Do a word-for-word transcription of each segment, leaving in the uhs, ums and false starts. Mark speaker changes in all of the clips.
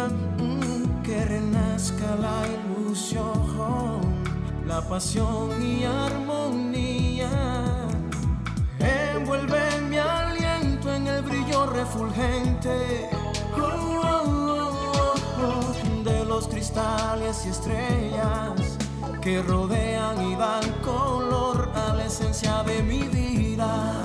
Speaker 1: mm, que renazca la ilusión, la pasión y armonía. Envuelve mi aliento en el brillo refulgente oh, oh, oh, oh, de los cristales y estrellas que rodean y dan color a la esencia de mi vida.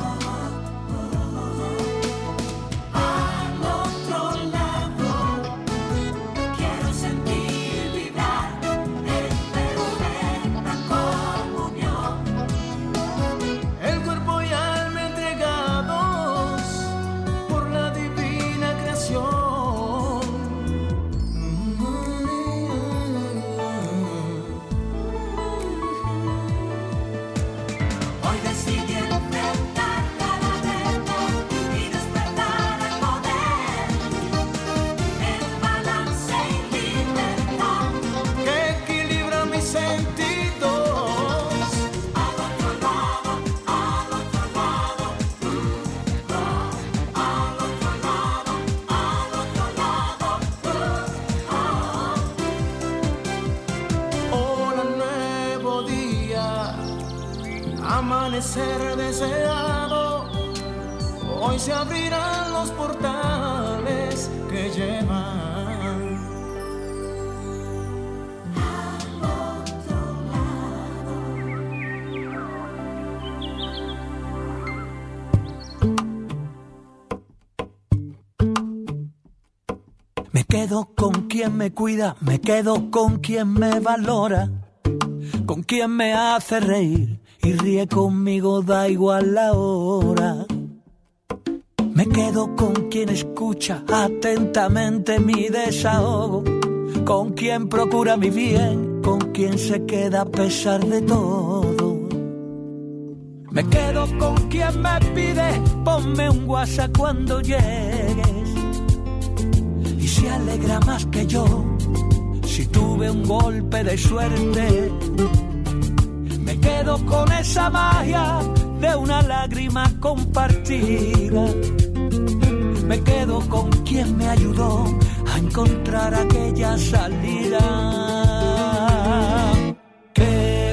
Speaker 1: Amanecer deseado, hoy se abrirán los portales que llevan al otro
Speaker 2: lado. Me quedo con quien me cuida, me quedo con quien me valora, con quien me hace reír y ríe conmigo, da igual la hora. Me quedo con quien escucha atentamente mi desahogo, con quien procura mi bien, con quien se queda a pesar de todo. Me quedo con quien me pide, ponme un WhatsApp cuando llegues, y se alegra más que yo si tuve un golpe de suerte. Me quedo con esa magia de una lágrima compartida. Me quedo con quien me ayudó a encontrar aquella salida. Qué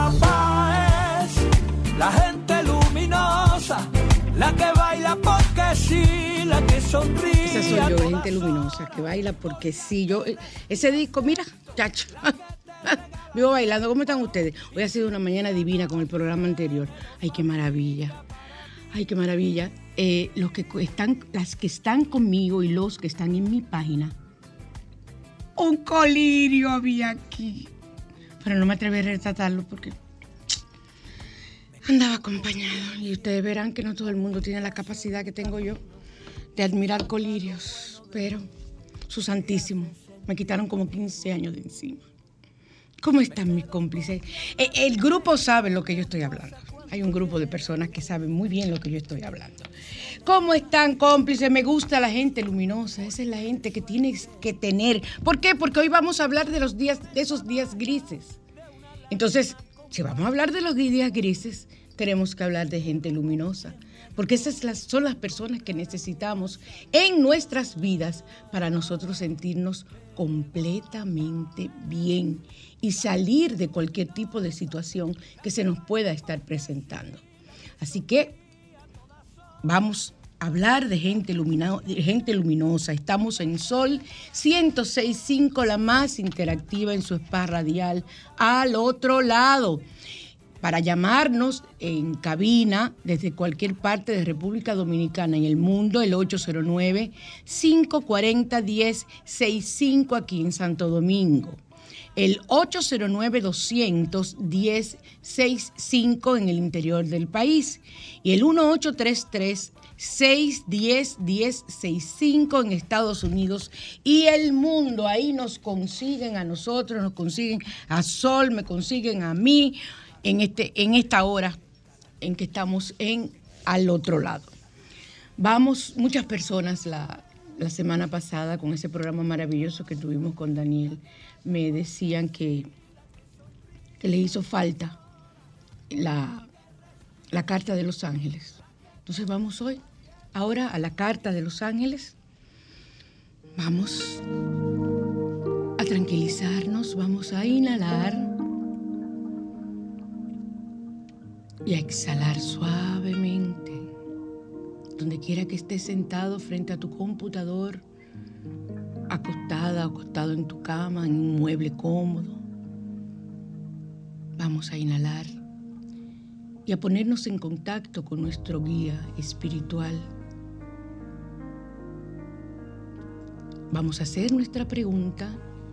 Speaker 2: guapa es la gente luminosa, la que baila porque sí, la que sonríe.
Speaker 3: Esa soy yo, gente luminosa, que baila porque sí. Yo, ese disco, mira, chacho. Vivo bailando. ¿Cómo están ustedes? Hoy ha sido una mañana divina con el programa anterior. Ay, qué maravilla. Ay, qué maravilla. Eh, los que están, las que están conmigo y los que están en mi página. Un colirio había aquí. Pero no me atreví a retratarlo porque andaba acompañado. Y ustedes verán que no todo el mundo tiene la capacidad que tengo yo de admirar colirios. Pero, su santísimo, me quitaron como quince años de encima. ¿Cómo están mis cómplices? El, el grupo sabe lo que yo estoy hablando. Hay un grupo de personas que saben muy bien lo que yo estoy hablando. ¿Cómo están, cómplices? Me gusta la gente luminosa. Esa es la gente que tienes que tener. ¿Por qué? Porque hoy vamos a hablar de los días, de esos días grises. Entonces, si vamos a hablar de los días grises, tenemos que hablar de gente luminosa. Porque esas son las personas que necesitamos en nuestras vidas para nosotros sentirnos completamente bien y salir de cualquier tipo de situación que se nos pueda estar presentando. Así que vamos a hablar de gente, lumina, de gente luminosa. Estamos en Sol ciento seis punto cinco, la más interactiva en su spa radial, al otro lado. Para llamarnos en cabina desde cualquier parte de República Dominicana y el mundo, el ocho cero nueve, cinco cuatro cero, uno cero seis cinco aquí en Santo Domingo. El ocho cero nueve, dos cero cero, uno cero seis cinco en el interior del país. Y el uno ocho tres tres, seis uno cero, uno cero seis cinco en Estados Unidos y el mundo. Ahí nos consiguen a nosotros, nos consiguen a Sol, me consiguen a mí. En, este, en esta hora en que estamos en al otro lado. Vamos, muchas personas la, la semana pasada con ese programa maravilloso que tuvimos con Daniel, me decían que, que le hizo falta la, la Carta de Los Ángeles. Entonces vamos hoy, ahora a la Carta de Los Ángeles. Vamos. tranquilizarnos, vamos a inhalar y a exhalar suavemente. Donde quiera que estés sentado frente a tu computador, acostada o acostado en tu cama, en un mueble cómodo, vamos a inhalar y a ponernos en contacto con nuestro guía espiritual. Vamos a hacer nuestra pregunta.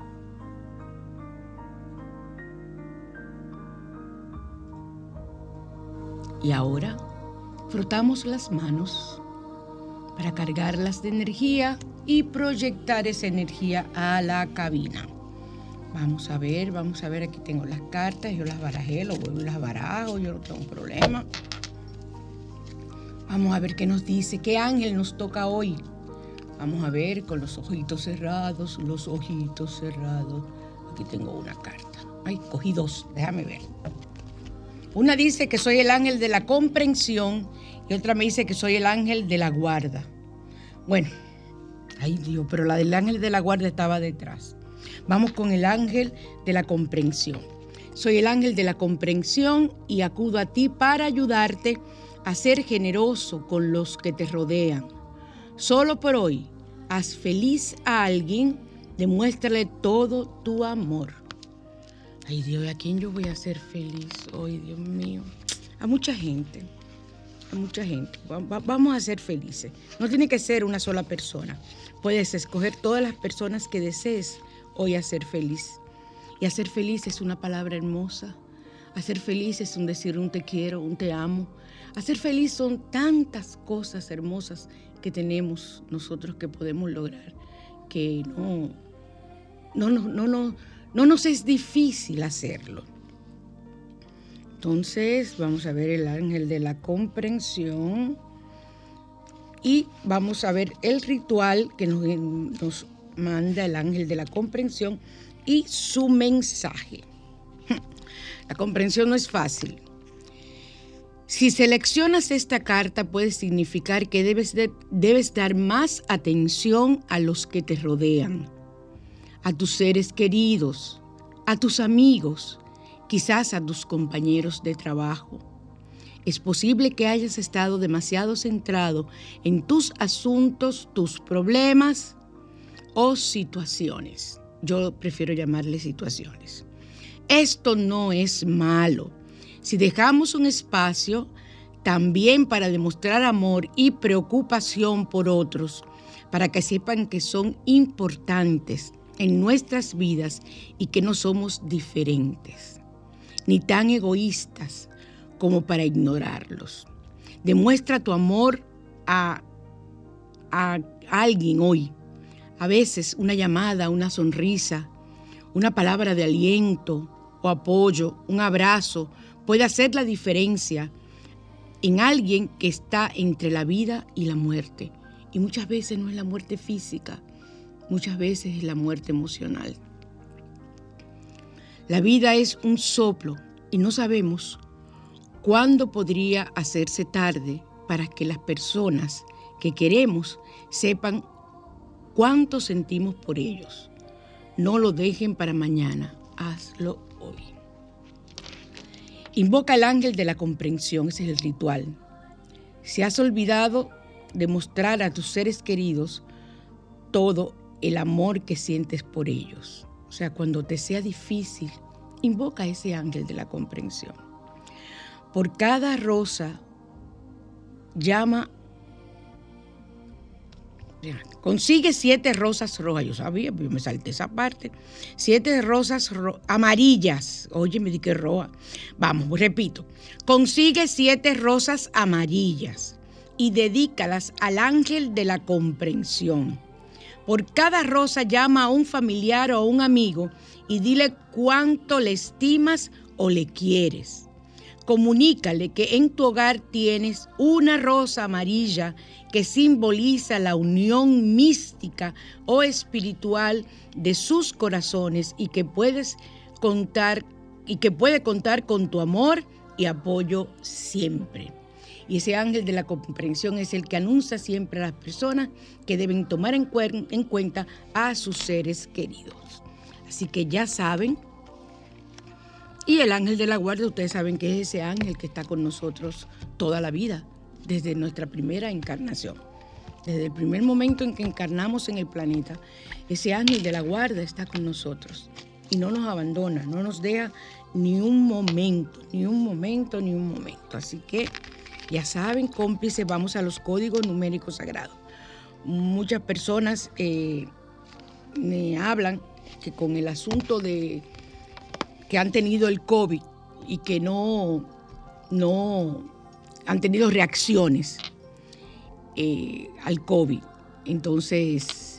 Speaker 3: Y ahora frotamos las manos para cargarlas de energía y proyectar esa energía a la cabina. Vamos a ver, vamos a ver, aquí tengo las cartas, yo las barajé, luego las barajo, yo no tengo problema. Vamos a ver qué nos dice, qué ángel nos toca hoy. Vamos a ver con los ojitos cerrados, los ojitos cerrados. Aquí tengo una carta. Ay, cogí dos, déjame ver. Una dice que soy el ángel de la comprensión y otra me dice que soy el ángel de la guarda. Bueno, ay Dios, pero la del ángel de la guarda estaba detrás. Vamos con el ángel de la comprensión. Soy el ángel de la comprensión y acudo a ti para ayudarte a ser generoso con los que te rodean. Solo por hoy, haz feliz a alguien, demuéstrale todo tu amor. Ay Dios, ¿a quién yo voy a hacer feliz hoy, Dios mío? A mucha gente, a mucha gente. Vamos a ser felices. No tiene que ser una sola persona. Puedes escoger todas las personas que desees hoy hacer feliz. Y hacer feliz es una palabra hermosa. Hacer feliz es un decir un te quiero, un te amo. Hacer feliz son tantas cosas hermosas que tenemos nosotros que podemos lograr, que no, no, no, no, no, no nos es difícil hacerlo. Entonces vamos a ver el ángel de la comprensión y vamos a ver el ritual que nos, nos manda el ángel de la comprensión y su mensaje. La comprensión no es fácil. Si seleccionas esta carta puede significar que debes, de, debes dar más atención a los que te rodean, a tus seres queridos, a tus amigos, quizás a tus compañeros de trabajo. Es posible que hayas estado demasiado centrado en tus asuntos, tus problemas o situaciones. Yo prefiero llamarle situaciones. Esto no es malo. Si dejamos un espacio también para demostrar amor y preocupación por otros, para que sepan que son importantes en nuestras vidas y que no somos diferentes, ni tan egoístas como para ignorarlos. Demuestra tu amor a, a alguien hoy. A veces una llamada, una sonrisa, una palabra de aliento o apoyo, un abrazo, puede hacer la diferencia en alguien que está entre la vida y la muerte. Y muchas veces no es la muerte física, muchas veces es la muerte emocional. La vida es un soplo y no sabemos cuándo podría hacerse tarde para que las personas que queremos sepan cuánto sentimos por ellos. No lo dejen para mañana, hazlo hoy. Invoca al ángel de la comprensión, ese es el ritual. Si has olvidado de mostrar a tus seres queridos todo el amor que sientes por ellos, o sea, cuando te sea difícil, invoca a ese ángel de la comprensión. Por cada rosa, llama, consigue siete rosas rojas. Yo sabía, yo me salté esa parte. Siete rosas ro- amarillas. Oye, me di que roja. Vamos, repito. Consigue siete rosas amarillas y dedícalas al ángel de la comprensión. Por cada rosa llama a un familiar o a un amigo y dile cuánto le estimas o le quieres. Comunícale que en tu hogar tienes una rosa amarilla que simboliza la unión mística o espiritual de sus corazones y que puedes contar y que puede contar con tu amor y apoyo siempre. Y ese ángel de la comprensión es el que anuncia siempre a las personas que deben tomar en, cuer- en cuenta a sus seres queridos. Así que ya saben. Y el ángel de la guarda, ustedes saben que es ese ángel que está con nosotros toda la vida, desde nuestra primera encarnación. Desde el primer momento en que encarnamos en el planeta, ese ángel de la guarda está con nosotros y no nos abandona, no nos deja ni un momento, ni un momento, ni un momento. Así que ya saben, cómplices, vamos a los códigos numéricos sagrados. Muchas personas eh, me hablan que con el asunto de que han tenido el COVID y que no, no han tenido reacciones eh, al COVID, entonces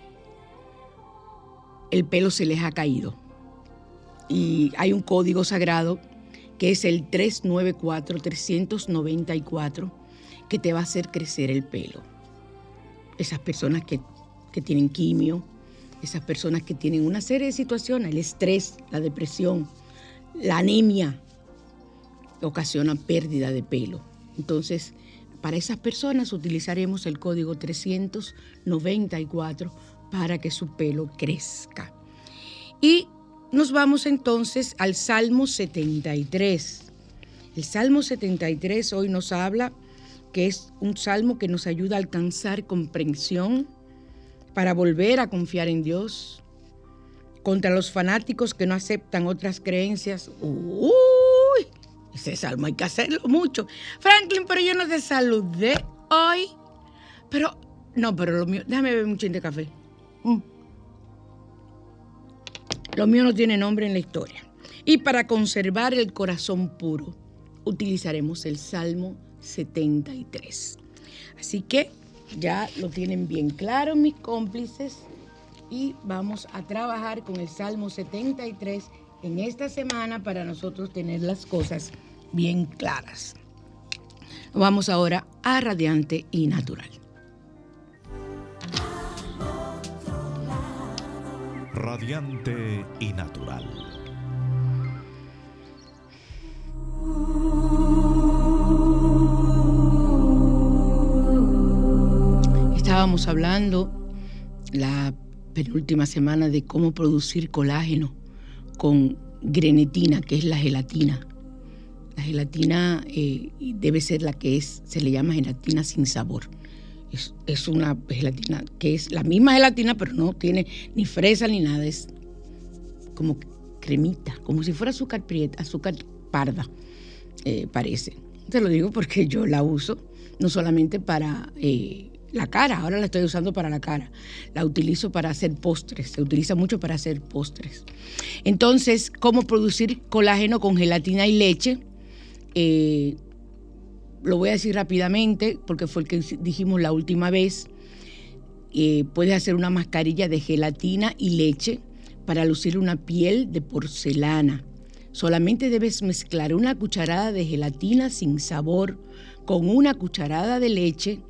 Speaker 3: el pelo se les ha caído. Y hay un código sagrado que es el tres nueve cuatro, tres nueve cuatro, que te va a hacer crecer el pelo. Esas personas que, que tienen quimio, esas personas que tienen una serie de situaciones, el estrés, la depresión, la anemia, ocasiona pérdida de pelo. Entonces, para esas personas utilizaremos el código tres nueve cuatro para que su pelo crezca. Y nos vamos entonces al Salmo setenta y tres. El Salmo setenta y tres hoy nos habla que es un salmo que nos ayuda a alcanzar comprensión para volver a confiar en Dios, contra los fanáticos que no aceptan otras creencias. ¡Uy! Ese salmo hay que hacerlo mucho. Franklin, pero yo no te saludé hoy. Pero, no, pero lo mío, déjame beber un chin de café. Mm. Lo mío no tiene nombre en la historia. Y para conservar el corazón puro, utilizaremos el Salmo setenta y tres. Así que ya lo tienen bien claro, mis cómplices, y vamos a trabajar con el Salmo setenta y tres en esta semana para nosotros tener las cosas bien claras. Vamos ahora a Radiante y Natural.
Speaker 4: Radiante y Natural.
Speaker 3: Estábamos hablando la penúltima semana de cómo producir colágeno con grenetina, que es la gelatina. La gelatina eh, debe ser la que es, se le llama gelatina sin sabor. Es, es una gelatina que es la misma gelatina, pero no tiene ni fresa ni nada, es como cremita, como si fuera azúcar prieta, azúcar parda, eh, parece. Te lo digo porque yo la uso, no solamente para eh, la cara, ahora la estoy usando para la cara, la utilizo para hacer postres, se utiliza mucho para hacer postres. Entonces, ¿cómo producir colágeno con gelatina y leche? Eh, lo voy a decir rápidamente porque fue el que dijimos la última vez. Eh, puedes hacer una mascarilla de gelatina y leche para lucir una piel de porcelana. Solamente debes mezclar una cucharada de gelatina sin sabor con una cucharada de leche,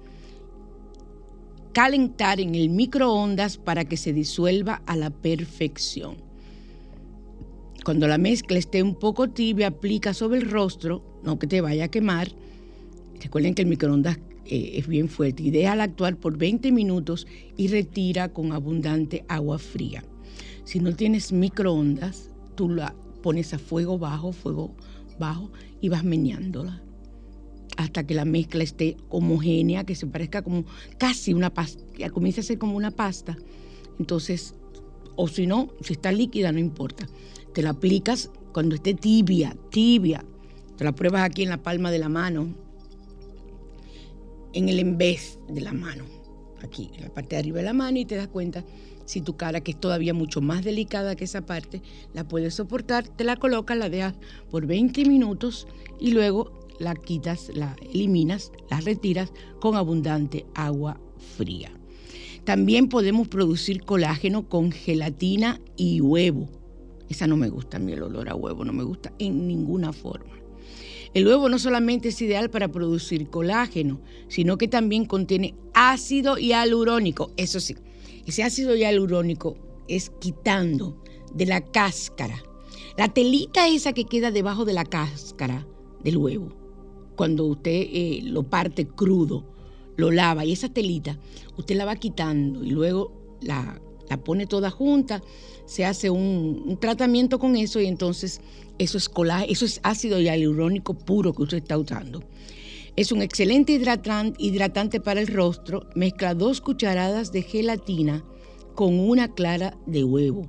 Speaker 3: calentar en el microondas para que se disuelva a la perfección. Cuando la mezcla esté un poco tibia, aplica sobre el rostro, no que te vaya a quemar. Recuerden que el microondas eh, es bien fuerte y déjala actuar por veinte minutos y retira con abundante agua fría. Si no tienes microondas, tú la pones a fuego bajo, fuego bajo y vas meneándola hasta que la mezcla esté homogénea, que se parezca como casi una pasta, que comience a ser como una pasta. Entonces, o si no, si está líquida, no importa. Te la aplicas cuando esté tibia, tibia. Te la pruebas aquí en la palma de la mano, en el embés de la mano, aquí, en la parte de arriba de la mano, y te das cuenta si tu cara, que es todavía mucho más delicada que esa parte, la puedes soportar, te la colocas, la dejas por veinte minutos y luego la quitas, la eliminas, la retiras con abundante agua fría. También podemos producir colágeno con gelatina y huevo. Esa no me gusta, a mí el olor a huevo no me gusta en ninguna forma. El huevo no solamente es ideal para producir colágeno, sino que también contiene ácido hialurónico. Eso sí, ese ácido hialurónico es quitando de la cáscara, la telita esa que queda debajo de la cáscara del huevo. Cuando usted eh, lo parte crudo, lo lava y esa telita usted la va quitando y luego la, la pone toda junta, se hace un, un tratamiento con eso y entonces eso es colágeno, eso es ácido hialurónico puro que usted está usando. Es un excelente hidratante, hidratante para el rostro. Mezcla dos cucharadas de gelatina con una clara de huevo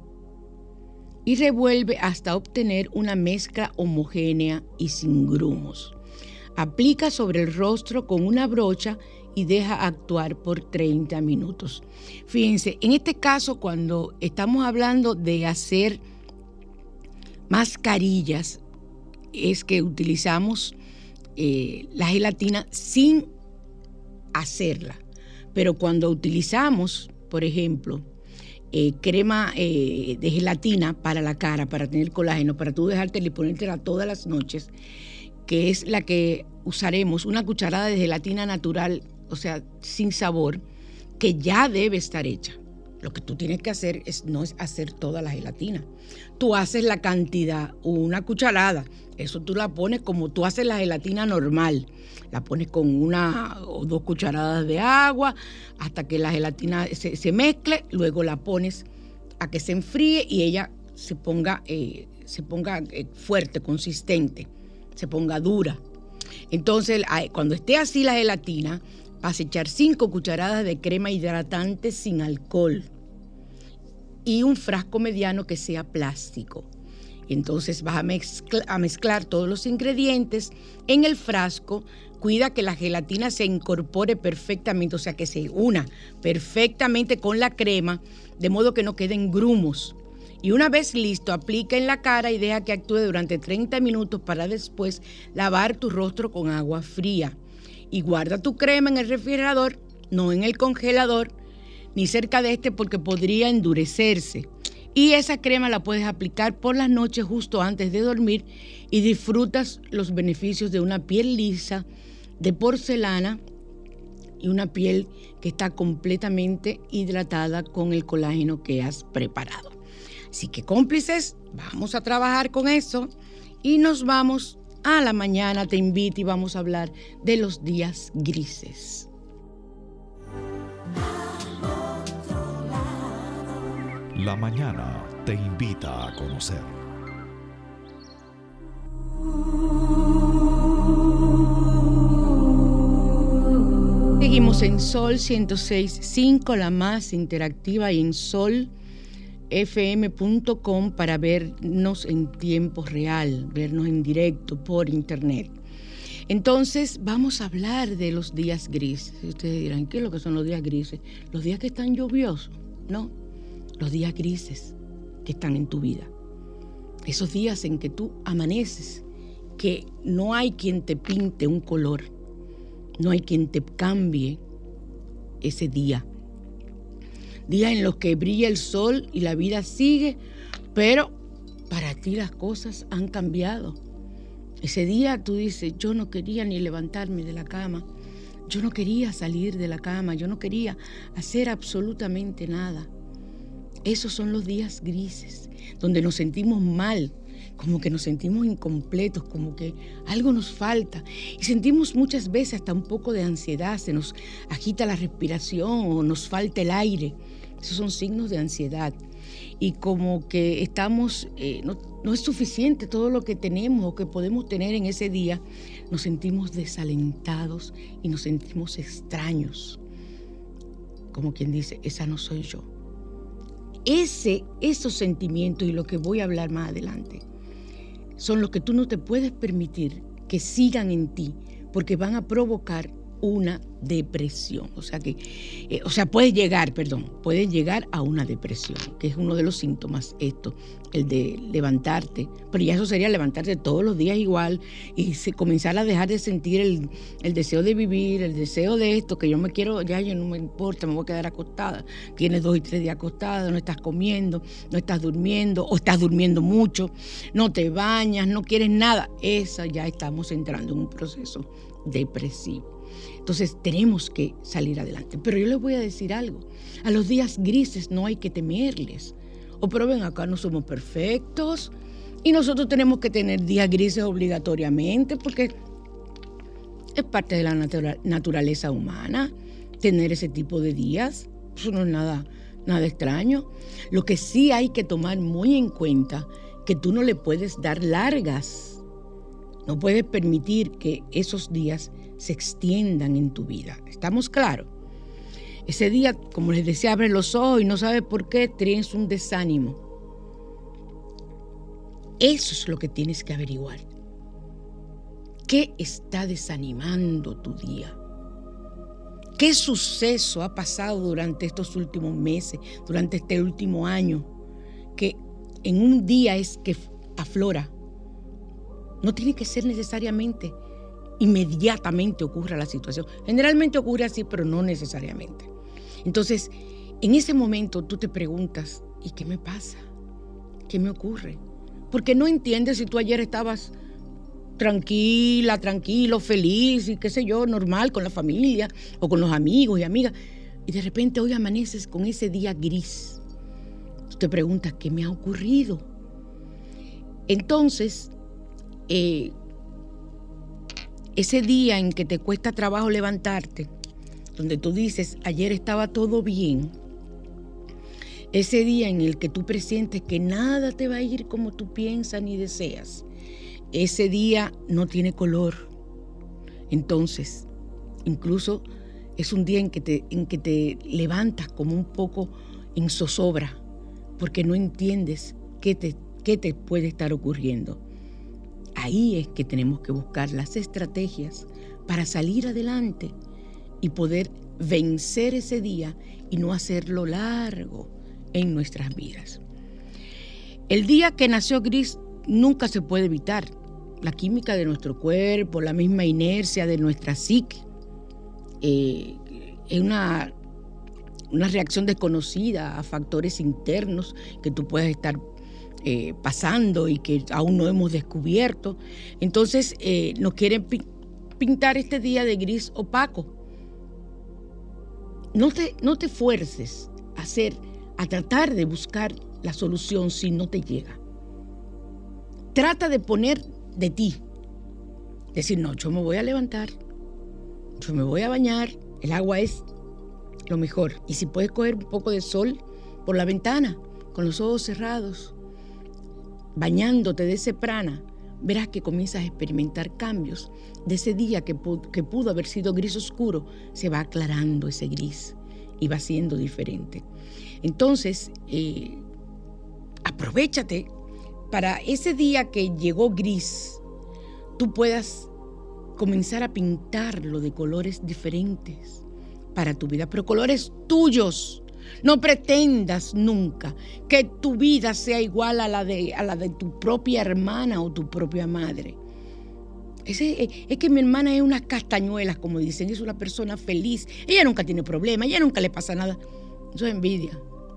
Speaker 3: y revuelve hasta obtener una mezcla homogénea y sin grumos. Aplica sobre el rostro con una brocha y deja actuar por treinta minutos. Fíjense, en este caso, cuando estamos hablando de hacer mascarillas, es que utilizamos eh, la gelatina sin hacerla. Pero cuando utilizamos, por ejemplo, eh, crema eh, de gelatina para la cara, para tener colágeno, para tú dejártela y ponértela todas las noches, que es la que usaremos, una cucharada de gelatina natural, o sea, sin sabor, que ya debe estar hecha. Lo que tú tienes que hacer es no es hacer toda la gelatina. Tú haces la cantidad, una cucharada, eso tú la pones como tú haces la gelatina normal. La pones con una o dos cucharadas de agua hasta que la gelatina se, se mezcle, luego la pones a que se enfríe y ella se ponga, eh, se ponga eh, fuerte, consistente, se ponga dura. Entonces, cuando esté así la gelatina, vas a echar cinco cucharadas de crema hidratante sin alcohol y un frasco mediano que sea plástico. Entonces vas a, mezcla, a mezclar todos los ingredientes en el frasco. Cuida que la gelatina se incorpore perfectamente, o sea, que se una perfectamente con la crema, de modo que no queden grumos. Y una vez listo, aplica en la cara y deja que actúe durante treinta minutos para después lavar tu rostro con agua fría. Y guarda tu crema en el refrigerador, no en el congelador, ni cerca de este porque podría endurecerse. Y esa crema la puedes aplicar por las noches justo antes de dormir y disfrutas los beneficios de una piel lisa, de porcelana y una piel que está completamente hidratada con el colágeno que has preparado. Así que cómplices, vamos a trabajar con eso y nos vamos a la mañana. Te invito y vamos a hablar de los días grises.
Speaker 4: La mañana te invita a conocer.
Speaker 3: Seguimos en Sol ciento seis punto cinco, la más interactiva, y en sol f m punto com para vernos en tiempo real, vernos en directo por internet. Entonces vamos a hablar de los días grises. Ustedes dirán, ¿qué es lo que son los días grises? Los días que están lluviosos, ¿no? Los días grises que están en tu vida. Esos días en que tú amaneces, que no hay quien te pinte un color, no hay quien te cambie ese día. Días en los que brilla el sol y la vida sigue, pero para ti las cosas han cambiado. Ese día tú dices, yo no quería ni levantarme de la cama, yo no quería salir de la cama, yo no quería hacer absolutamente nada. Esos son los días grises, donde nos sentimos mal, como que nos sentimos incompletos, como que algo nos falta. Y sentimos muchas veces hasta un poco de ansiedad, se nos agita la respiración o nos falta el aire. Esos son signos de ansiedad. Y como que estamos, eh, no, no es suficiente todo lo que tenemos o que podemos tener en ese día, nos sentimos desalentados y nos sentimos extraños. Como quien dice, esa no soy yo. Ese, esos sentimientos y lo que voy a hablar más adelante son los que tú no te puedes permitir que sigan en ti porque van a provocar una depresión. O sea que, eh, o sea, puedes llegar, perdón, puedes llegar a una depresión, que es uno de los síntomas, esto, el de levantarte, pero ya eso sería levantarte todos los días igual y se, comenzar a dejar de sentir el, el deseo de vivir, el deseo de esto, que yo me quiero, ya yo no me importa, me voy a quedar acostada. Tienes dos y tres días acostada, no estás comiendo, no estás durmiendo, o estás durmiendo mucho, no te bañas, no quieres nada. Esa ya estamos entrando en un proceso depresivo. Entonces tenemos que salir adelante. Pero yo les voy a decir algo. A los días grises no hay que temerles. O pero ven acá, no somos perfectos. Y nosotros tenemos que tener días grises obligatoriamente porque es parte de la natura- naturaleza humana tener ese tipo de días. Eso no es nada, nada extraño. Lo que sí hay que tomar muy en cuenta, que tú no le puedes dar largas. No puedes permitir que esos días se extiendan en tu vida. ¿Estamos claros? Ese día, como les decía, abre los ojos y no sabes por qué, tienes un desánimo. Eso es lo que tienes que averiguar. ¿Qué está desanimando tu día? ¿Qué suceso ha pasado durante estos últimos meses, durante este último año, que en un día es que aflora? No tiene que ser necesariamente, inmediatamente ocurra la situación. Generalmente ocurre así, pero no necesariamente. Entonces, en ese momento tú te preguntas, ¿y qué me pasa? ¿Qué me ocurre? Porque no entiendes si tú ayer estabas tranquila, tranquilo, feliz y qué sé yo, normal con la familia o con los amigos y amigas. Y de repente hoy amaneces con ese día gris. Tú te preguntas, ¿qué me ha ocurrido? Entonces, eh, ese día en que te cuesta trabajo levantarte, donde tú dices, ayer estaba todo bien, ese día en el que tú presientes que nada te va a ir como tú piensas ni deseas, ese día no tiene color. Entonces, incluso es un día en que te, en que te levantas como un poco en zozobra, porque no entiendes qué te, qué te puede estar ocurriendo. Ahí es que tenemos que buscar las estrategias para salir adelante y poder vencer ese día y no hacerlo largo en nuestras vidas. El día que nació Gris nunca se puede evitar. La química de nuestro cuerpo, la misma inercia de nuestra psique, eh, es una, una reacción desconocida a factores internos que tú puedes estar eh, pasando y que aún no hemos descubierto. Entonces eh, nos quieren pi- pintar este día de gris opaco. No te, no te fuerces a hacer, a tratar de buscar la solución si no te llega. Trata de poner de ti, decir, no, yo me voy a levantar, yo me voy a bañar, el agua es lo mejor. Y si puedes coger un poco de sol por la ventana, con los ojos cerrados, bañándote de ese prana, verás que comienzas a experimentar cambios. De ese día que pudo, que pudo haber sido gris oscuro, se va aclarando ese gris y va siendo diferente. Entonces, eh, aprovéchate para ese día que llegó gris, tú puedas comenzar a pintarlo de colores diferentes para tu vida, pero colores tuyos. No pretendas nunca que tu vida sea igual a la de, a la de tu propia hermana o tu propia madre. Ese, es que mi hermana es unas castañuelas, como dicen, es una persona feliz. Ella nunca tiene problemas, ella nunca le pasa nada. Eso es envidia.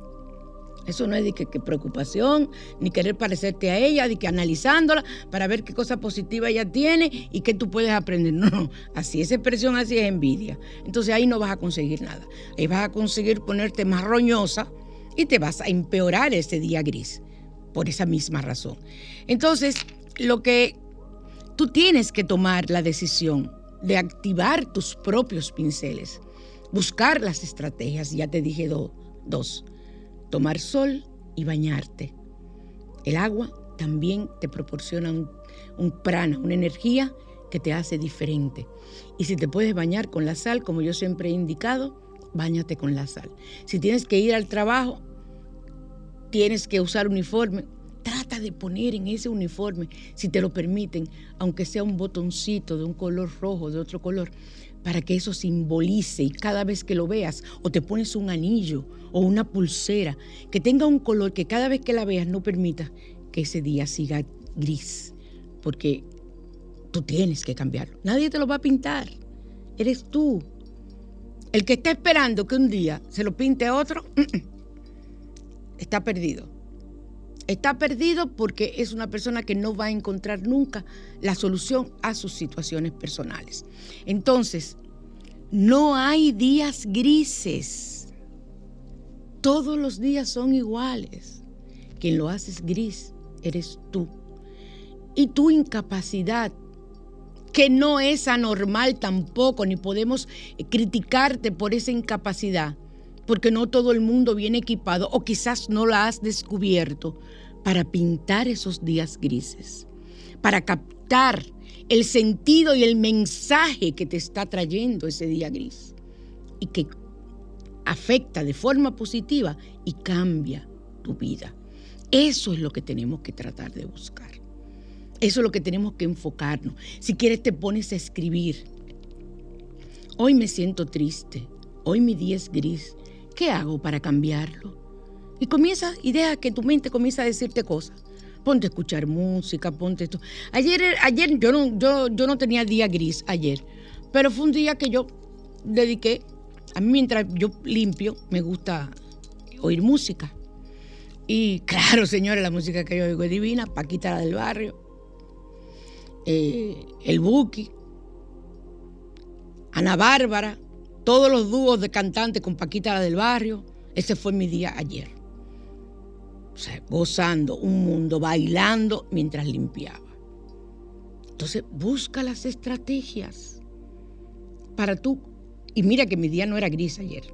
Speaker 3: Eso no es de que, que preocupación, ni querer parecerte a ella, de que analizándola para ver qué cosa positiva ella tiene y qué tú puedes aprender. No, no, así esa expresión así es envidia. Entonces ahí no vas a conseguir nada. Ahí vas a conseguir ponerte más roñosa y te vas a empeorar ese día gris por esa misma razón. Entonces, lo que tú tienes que tomar la decisión de activar tus propios pinceles, buscar las estrategias, ya te dije do, dos. Tomar sol y bañarte. El agua también te proporciona un, un prana, una energía que te hace diferente. Y si te puedes bañar con la sal, como yo siempre he indicado, báñate con la sal. Si tienes que ir al trabajo, tienes que usar uniforme, trata de poner en ese uniforme, si te lo permiten, aunque sea un botoncito de un color rojo, de otro color, para que eso simbolice y cada vez que lo veas, o te pones un anillo o una pulsera, que tenga un color que cada vez que la veas no permita que ese día siga gris, porque tú tienes que cambiarlo. Nadie te lo va a pintar, eres tú. El que está esperando que un día se lo pinte a otro, está perdido. Está perdido porque es una persona que no va a encontrar nunca la solución a sus situaciones personales. Entonces, no hay días grises. Todos los días son iguales. Quien lo haces gris eres tú. Y tu incapacidad, que no es anormal tampoco, ni podemos criticarte por esa incapacidad, porque no todo el mundo viene equipado o quizás no la has descubierto para pintar esos días grises, para captar el sentido y el mensaje que te está trayendo ese día gris y que afecta de forma positiva y cambia tu vida. Eso es lo que tenemos que tratar de buscar. Eso es lo que tenemos que enfocarnos. Si quieres te pones a escribir. Hoy me siento triste. Hoy mi día es gris. ¿Qué hago para cambiarlo? Y comienza y deja que tu mente comience a decirte cosas. Ponte a escuchar música, ponte esto. Ayer, ayer yo, no, yo, yo no tenía día gris ayer, pero fue un día que yo dediqué. A mí mientras yo limpio me gusta oír música. Y claro, señores, la música que yo oigo es divina. Paquita la del barrio, eh, el Buki, Ana Bárbara, todos los dúos de cantantes con Paquita la del barrio. Ese fue mi día ayer. O sea, gozando un mundo, bailando mientras limpiaba. Entonces, busca las estrategias para tú. Y mira que mi día no era gris ayer.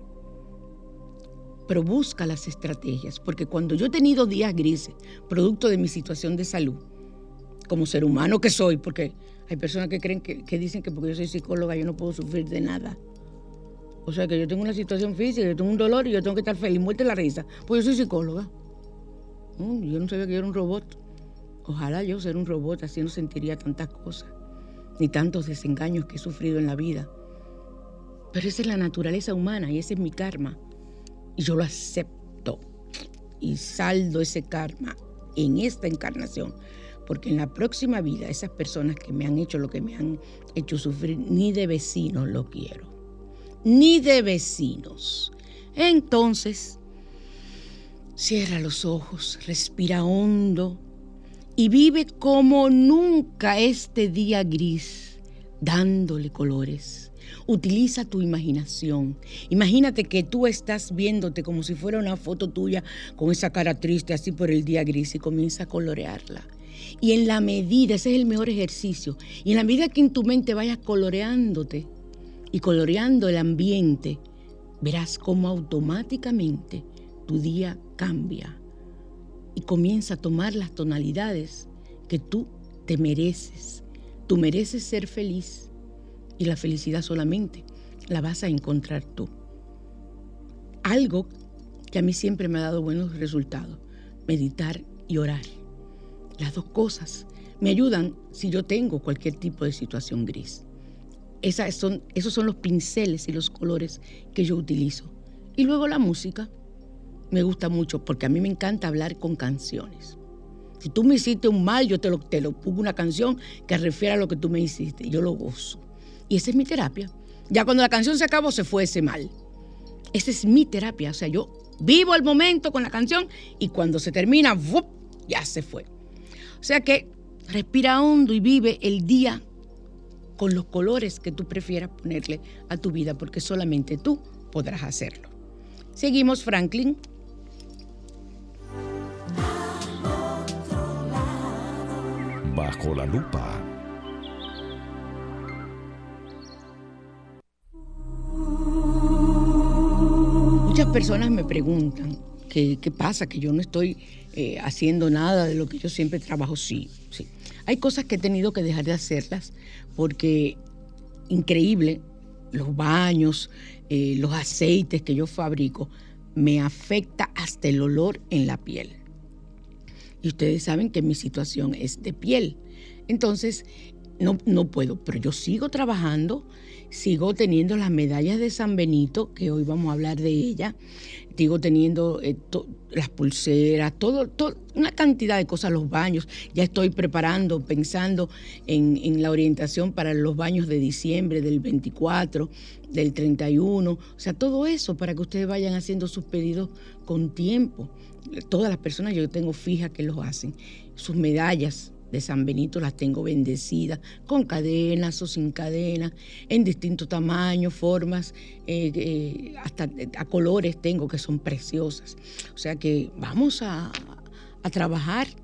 Speaker 3: Pero busca las estrategias, porque cuando yo he tenido días grises, producto de mi situación de salud, como ser humano que soy, porque hay personas que creen que, que dicen que porque yo soy psicóloga yo no puedo sufrir de nada. O sea, que yo tengo una situación física, yo tengo un dolor y yo tengo que estar feliz, muerte la risa, pues yo soy psicóloga. No, yo no sabía que yo era un robot. Ojalá yo ser un robot, así no sentiría tantas cosas, ni tantos desengaños que he sufrido en la vida. Pero esa es la naturaleza humana y ese es mi karma. Y yo lo acepto y saldo ese karma en esta encarnación. Porque en la próxima vida, esas personas que me han hecho lo que me han hecho sufrir, ni de vecinos lo quiero. Ni de vecinos. Entonces, cierra los ojos, respira hondo y vive como nunca este día gris, dándole colores. Utiliza tu imaginación. Imagínate que tú estás viéndote como si fuera una foto tuya con esa cara triste así por el día gris y comienza a colorearla. Y en la medida, ese es el mejor ejercicio, y en la medida que en tu mente vayas coloreándote y coloreando el ambiente, verás cómo automáticamente tu día cambia y comienza a tomar las tonalidades que tú te mereces. Tú mereces ser feliz. Y la felicidad solamente la vas a encontrar tú. Algo que a mí siempre me ha dado buenos resultados, meditar y orar. Las dos cosas me ayudan si yo tengo cualquier tipo de situación gris. Esas son, esos son los pinceles y los colores que yo utilizo. Y luego la música me gusta mucho porque a mí me encanta hablar con canciones. Si tú me hiciste un mal, yo te lo, te lo pongo una canción que refiere a lo que tú me hiciste. Y yo lo gozo. Y esa es mi terapia. Ya cuando la canción se acabó, se fue ese mal. Esa es mi terapia. O sea, yo vivo el momento con la canción y cuando se termina, ¡vup!, ya se fue. O sea que respira hondo y vive el día con los colores que tú prefieras ponerle a tu vida, porque solamente tú podrás hacerlo. Seguimos, Franklin.
Speaker 4: Bajo la lupa.
Speaker 3: Muchas personas me preguntan qué, qué pasa, que yo no estoy eh, haciendo nada de lo que yo siempre trabajo. Sí, sí. Hay cosas que he tenido que dejar de hacerlas porque, increíble, los baños, eh, los aceites que yo fabrico, me afecta hasta el olor en la piel. Y ustedes saben que mi situación es de piel. Entonces, no, no puedo, pero yo sigo trabajando. Sigo teniendo las medallas de San Benito, que hoy vamos a hablar de ella. Sigo teniendo eh, to, las pulseras, todo, todo, una cantidad de cosas, los baños. Ya estoy preparando, pensando en, en la orientación para los baños de diciembre, del veinticuatro, del treinta y uno. O sea, todo eso para que ustedes vayan haciendo sus pedidos con tiempo. Todas las personas yo tengo fijas que los hacen. Sus medallas de San Benito las tengo bendecidas, con cadenas o sin cadenas, en distintos tamaños, formas, eh, eh, hasta a colores tengo que son preciosas. O sea que vamos a, a trabajar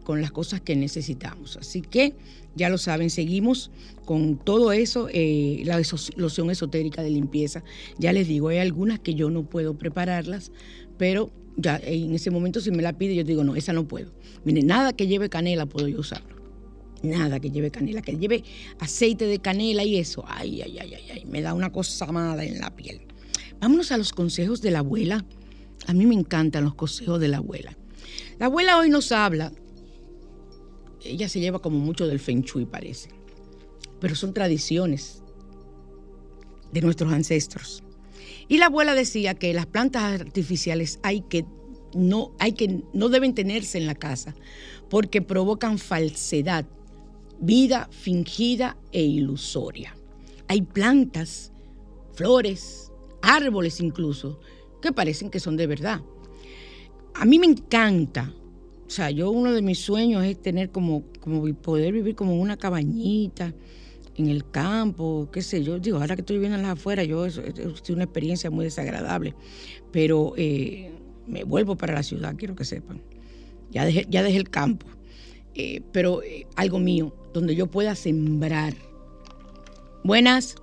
Speaker 3: con las cosas que necesitamos. Así que ya lo saben, seguimos con todo eso, eh, la loción esotérica de limpieza. Ya les digo, hay algunas que yo no puedo prepararlas, pero ya en ese momento si me la pide, yo digo, no, esa no puedo. Mire, nada que lleve canela puedo yo usarlo. Nada que lleve canela, que lleve aceite de canela y eso. Ay, ay, ay, ay, ay, me da una cosa mala en la piel. Vámonos a los consejos de la abuela. A mí me encantan los consejos de la abuela. La abuela hoy nos habla, ella se lleva como mucho del Feng Shui, parece, pero son tradiciones de nuestros ancestros. Y la abuela decía que las plantas artificiales hay que no, hay que, no deben tenerse en la casa porque provocan falsedad, vida fingida e ilusoria. Hay plantas, flores, árboles incluso, que parecen que son de verdad. A mí me encanta, o sea, yo uno de mis sueños es tener como, como poder vivir como en una cabañita, en el campo, qué sé yo. Digo, ahora que estoy viviendo en las afueras, yo es, es una experiencia muy desagradable, pero eh, me vuelvo para la ciudad, quiero que sepan. Ya dejé, ya dejé el campo, eh, pero eh, algo mío, donde yo pueda sembrar. Buenas.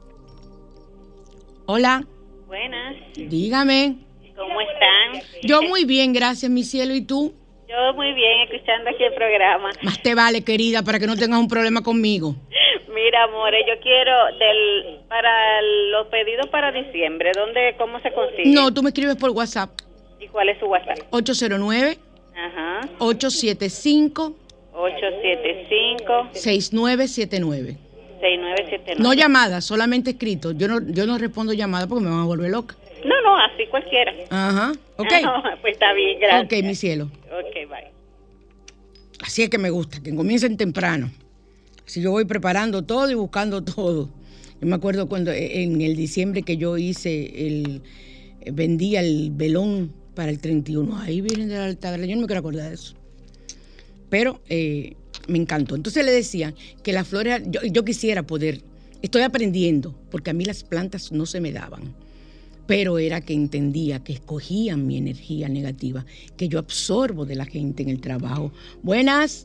Speaker 3: Hola.
Speaker 5: Buenas.
Speaker 3: Dígame.
Speaker 5: ¿Cómo están?
Speaker 3: Yo muy bien, gracias, mi cielo. ¿Y tú?
Speaker 5: Yo muy bien, escuchando aquí el programa.
Speaker 3: Más te vale, querida, para que no tengas un problema conmigo.
Speaker 5: Mira, amores, yo quiero del para los pedidos para diciembre, ¿dónde, cómo se consigue?
Speaker 3: No, tú me escribes por WhatsApp.
Speaker 5: ¿Y cuál es su WhatsApp?
Speaker 3: ocho cero nueve,
Speaker 5: Ajá.
Speaker 3: ocho siete cinco,
Speaker 5: ocho siete cinco,
Speaker 3: seis nueve siete nueve.
Speaker 5: seis nueve siete nueve.
Speaker 3: No llamadas, solamente escrito. Yo no, yo no respondo llamadas porque me van a volver loca.
Speaker 5: No, no, así cualquiera.
Speaker 3: Ajá, ok.
Speaker 5: No, pues está bien, gracias.
Speaker 3: Ok, mi cielo.
Speaker 5: Ok, bye.
Speaker 3: Así es que me gusta, que comiencen temprano. Así yo voy preparando todo y buscando todo. Yo me acuerdo cuando en el diciembre que yo hice el, vendía el velón para el treinta y uno. Ahí vienen de la Altagracia, yo no me quiero acordar de eso. Pero eh, me encantó. Entonces le decía que las flores, yo, yo quisiera poder, estoy aprendiendo, porque a mí las plantas no se me daban. Pero era que entendía que escogían mi energía negativa, que yo absorbo de la gente en el trabajo. Buenas.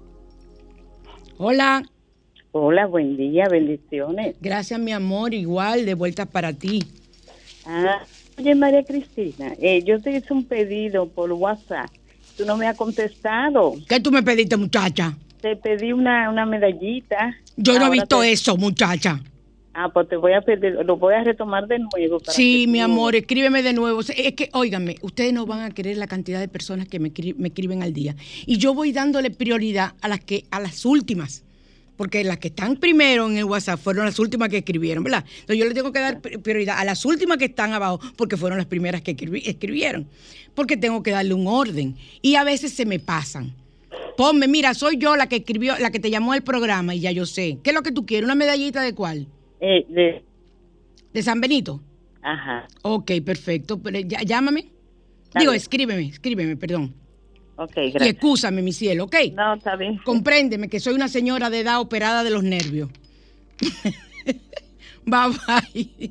Speaker 3: Hola.
Speaker 6: Hola, buen día, bendiciones.
Speaker 3: Gracias, mi amor, igual, de vuelta para ti.
Speaker 6: Ah, oye, María Cristina, eh, yo te hice un pedido por WhatsApp. Tú no me has contestado.
Speaker 3: ¿Qué tú me pediste, muchacha?
Speaker 6: Te pedí una, una medallita.
Speaker 3: Yo no he
Speaker 6: Ahora
Speaker 3: visto
Speaker 6: te...
Speaker 3: eso, muchacha.
Speaker 6: Ah, pues te voy a pedir, lo voy a retomar de nuevo. Para
Speaker 3: sí,
Speaker 6: mi
Speaker 3: tú... amor, escríbeme de nuevo. Es que, óiganme, ustedes no van a querer la cantidad de personas que me, escri- me escriben al día. Y yo voy dándole prioridad a las que a las últimas. Porque las que están primero en el WhatsApp fueron las últimas que escribieron, ¿verdad? Entonces yo le tengo que dar prioridad a las últimas que están abajo porque fueron las primeras que escribi- escribieron. Porque tengo que darle un orden. Y a veces se me pasan. Ponme, mira, soy yo la que escribió, la que te llamó al programa y ya yo sé. ¿Qué es lo que tú quieres? ¿Una medallita de cuál?
Speaker 6: Eh, de...
Speaker 3: ¿De San Benito?
Speaker 6: Ajá.
Speaker 3: Ok, perfecto. Pero ya, llámame. Dale. Digo, escríbeme, escríbeme, perdón.
Speaker 6: Ok, gracias.
Speaker 3: Y excúsame, mi cielo, ¿ok?
Speaker 6: No, está bien.
Speaker 3: Compréndeme que soy una señora de edad operada de los nervios. Bye, bye.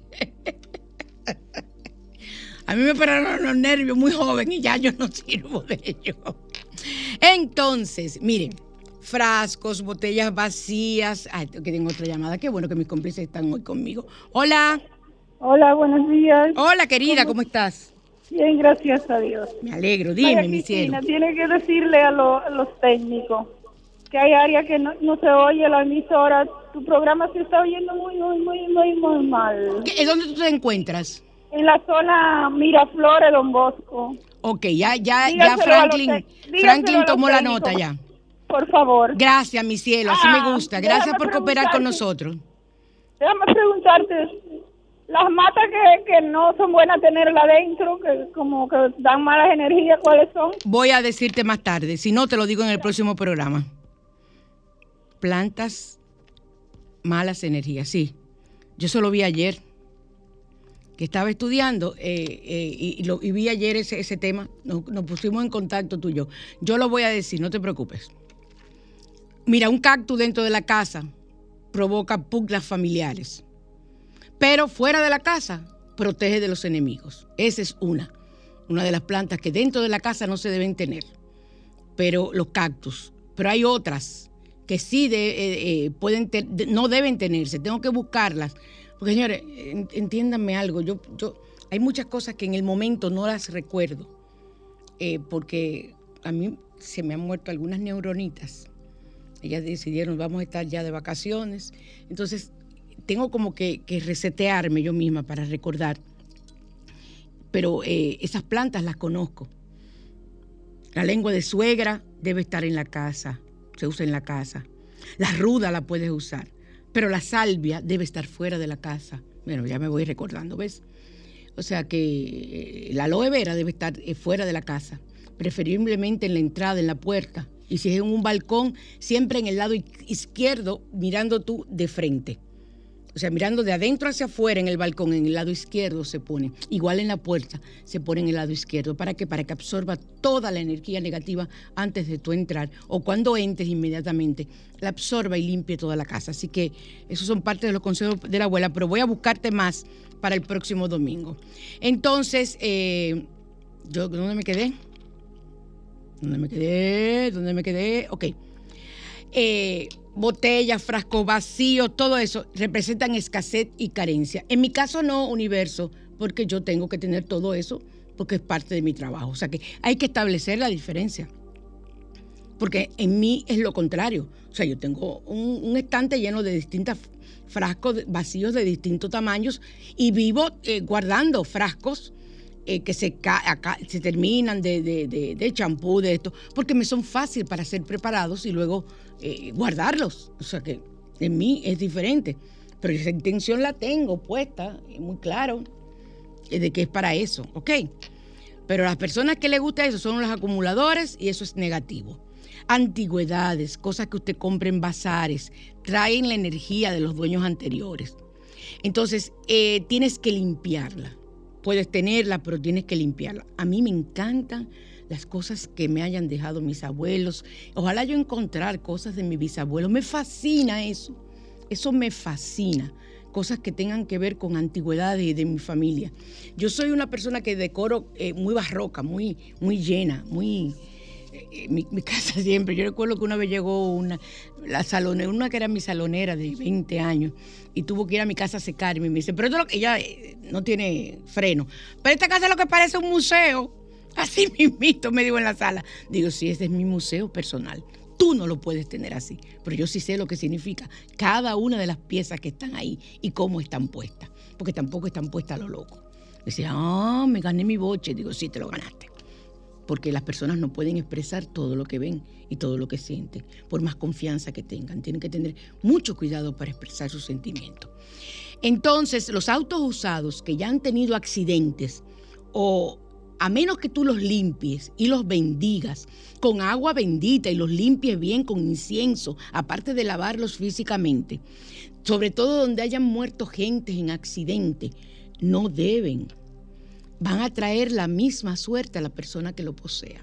Speaker 3: A mí me operaron los nervios muy joven y ya yo no sirvo de ello. Entonces, miren, frascos, botellas vacías. Ay, que tengo otra llamada. Qué bueno que mis cómplices están hoy conmigo. Hola.
Speaker 7: Hola, buenos días.
Speaker 3: Hola, querida, ¿cómo, ¿cómo estás?
Speaker 7: Bien, gracias a Dios.
Speaker 3: Me alegro, dime,
Speaker 7: María
Speaker 3: mi cielo.
Speaker 7: Cristina, tiene que decirle a, lo, a los técnicos que hay áreas que no, no se oye la emisora. Tu programa se está oyendo muy, muy, muy, muy, muy mal.
Speaker 3: ¿Qué, ¿Dónde tú te encuentras?
Speaker 7: En la zona Miraflores, Don Bosco.
Speaker 3: Ok, ya, ya, ya Franklin, Franklin tomó la nota ya.
Speaker 7: Por favor.
Speaker 3: Gracias, mi cielo, así
Speaker 7: ah,
Speaker 3: me gusta. Gracias por cooperar con nosotros.
Speaker 7: Déjame preguntarte, las matas que, que no son buenas tenerla adentro, que como que dan malas energías, ¿cuáles son?
Speaker 3: Voy a decirte más tarde, si no te lo digo en el próximo programa. Plantas, malas energías, sí. Yo solo vi ayer, que estaba estudiando eh, eh, y, y, lo, y vi ayer ese, ese tema, nos, nos pusimos en contacto tú y yo. Yo lo voy a decir, no te preocupes. Mira, un cactus dentro de la casa provoca pugnas familiares, pero fuera de la casa protege de los enemigos. Esa es una, una de las plantas que dentro de la casa no se deben tener, pero los cactus. Pero hay otras que sí de, eh, eh, pueden te, de, no deben tenerse, tengo que buscarlas. Porque, señores, entiéndanme algo, yo, yo, hay muchas cosas que en el momento no las recuerdo, eh, porque a mí se me han muerto algunas neuronitas. Ellas decidieron, vamos a estar ya de vacaciones. Entonces, tengo como que, que resetearme yo misma para recordar. Pero eh, esas plantas las conozco. La lengua de suegra debe estar en la casa, se usa en la casa. La ruda la puedes usar, pero la salvia debe estar fuera de la casa. Bueno, ya me voy recordando, ¿ves? O sea que la aloe vera debe estar fuera de la casa, preferiblemente en la entrada, en la puerta. Y si es en un balcón, siempre en el lado izquierdo, mirando tú de frente. O sea, mirando de adentro hacia afuera en el balcón, en el lado izquierdo se pone. Igual en la puerta se pone en el lado izquierdo. ¿Para qué? Para que absorba toda la energía negativa antes de tú entrar. O cuando entres inmediatamente, la absorba y limpie toda la casa. Así que esos son parte de los consejos de la abuela, pero voy a buscarte más para el próximo domingo. Entonces, eh, yo, ¿dónde me quedé? ¿Dónde me quedé? ¿Dónde me quedé? Ok. Eh... Botellas, frascos vacíos, todo eso representan escasez y carencia. En mi caso no, universo, porque yo tengo que tener todo eso porque es parte de mi trabajo. O sea que hay que establecer la diferencia. Porque en mí es lo contrario. O sea, yo tengo un, un estante lleno de distintos frascos vacíos de distintos tamaños y vivo eh, guardando frascos eh, que se, ca acá, se terminan de, de, de, de champú, de esto, porque me son fáciles para ser preparados y luego Eh, guardarlos. O sea que en mí es diferente, pero esa intención la tengo puesta, es muy claro eh, de que es para eso, ¿ok? Pero las personas que les gusta eso son los acumuladores y eso es negativo. Antigüedades, cosas que usted compra en bazares, traen la energía de los dueños anteriores. Entonces, eh, tienes que limpiarla. Puedes tenerla, pero tienes que limpiarla. A mí me encantan las cosas que me hayan dejado mis abuelos. Ojalá yo encontrar cosas de mi bisabuelo. Me fascina eso. Eso me fascina. Cosas que tengan que ver con antigüedades de, de mi familia. Yo soy una persona que decoro eh, muy barroca, muy, muy llena, muy... Eh, mi, mi casa siempre. Yo recuerdo que una vez llegó una, la salonera, una que era mi salonera de veinte años, y tuvo que ir a mi casa a secarme. Y me dice, pero esto es lo que ella eh, no tiene freno. Pero esta casa es lo que parece un museo. Así mismito me dijo en la sala. Digo, sí, ese es mi museo personal. Tú no lo puedes tener así. Pero yo sí sé lo que significa cada una de las piezas que están ahí y cómo están puestas. Porque tampoco están puestas a lo loco. Decía, ah, me gané mi boche. Digo, sí, te lo ganaste. Porque las personas no pueden expresar todo lo que ven y todo lo que sienten, por más confianza que tengan. Tienen que tener mucho cuidado para expresar sus sentimientos. Entonces, los autos usados que ya han tenido accidentes o... a menos que tú los limpies y los bendigas con agua bendita y los limpies bien con incienso, aparte de lavarlos físicamente, sobre todo donde hayan muerto gente en accidente, no deben. Van a traer la misma suerte a la persona que lo posea.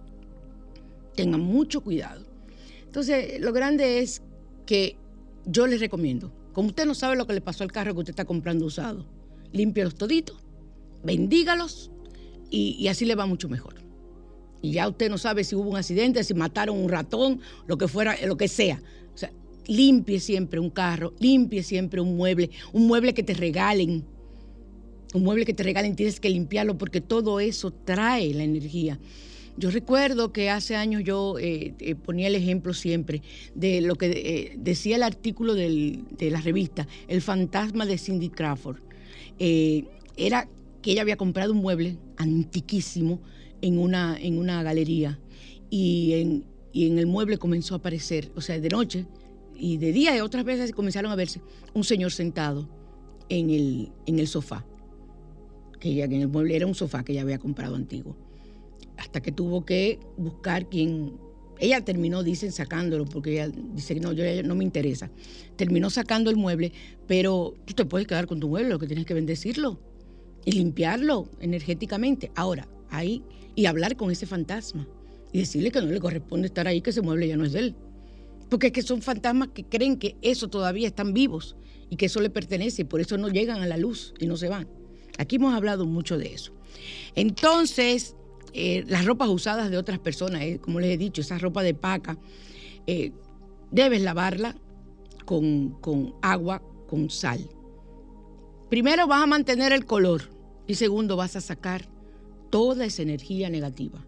Speaker 3: Tengan mucho cuidado. Entonces, lo grande es que yo les recomiendo, como usted no sabe lo que le pasó al carro que usted está comprando usado, límpielos toditos, bendígalos, Y, y así le va mucho mejor. Y ya usted no sabe si hubo un accidente, si mataron un ratón, lo que fuera, lo que sea. O sea, limpie siempre un carro, limpie siempre un mueble, un mueble que te regalen. Un mueble que te regalen tienes que limpiarlo porque todo eso trae la energía. Yo recuerdo que hace años yo eh, eh, ponía el ejemplo siempre de lo que eh, decía el artículo del, de la revista, El fantasma de Cindy Crawford. Eh, era que ella había comprado un mueble antiquísimo en una, en una galería y en, y en el mueble comenzó a aparecer, o sea, de noche y de día, y otras veces comenzaron a verse un señor sentado en el, en el sofá, que ella, en el mueble era un sofá que ella había comprado antiguo, hasta que tuvo que buscar quien... Ella terminó, dicen, sacándolo, porque ella dice que no, yo no me interesa. Terminó sacando el mueble, pero tú te puedes quedar con tu mueble, lo que tienes que bendecirlo y limpiarlo energéticamente. Ahora, ahí, y hablar con ese fantasma y decirle que no le corresponde estar ahí, que ese mueble ya no es de él. Porque es que son fantasmas que creen que eso todavía están vivos y que eso le pertenece y por eso no llegan a la luz y no se van. Aquí hemos hablado mucho de eso. Entonces, eh, las ropas usadas de otras personas, eh, como les he dicho, esa ropa de paca, eh, debes lavarla con, con agua, con sal. Primero vas a mantener el color y segundo vas a sacar toda esa energía negativa.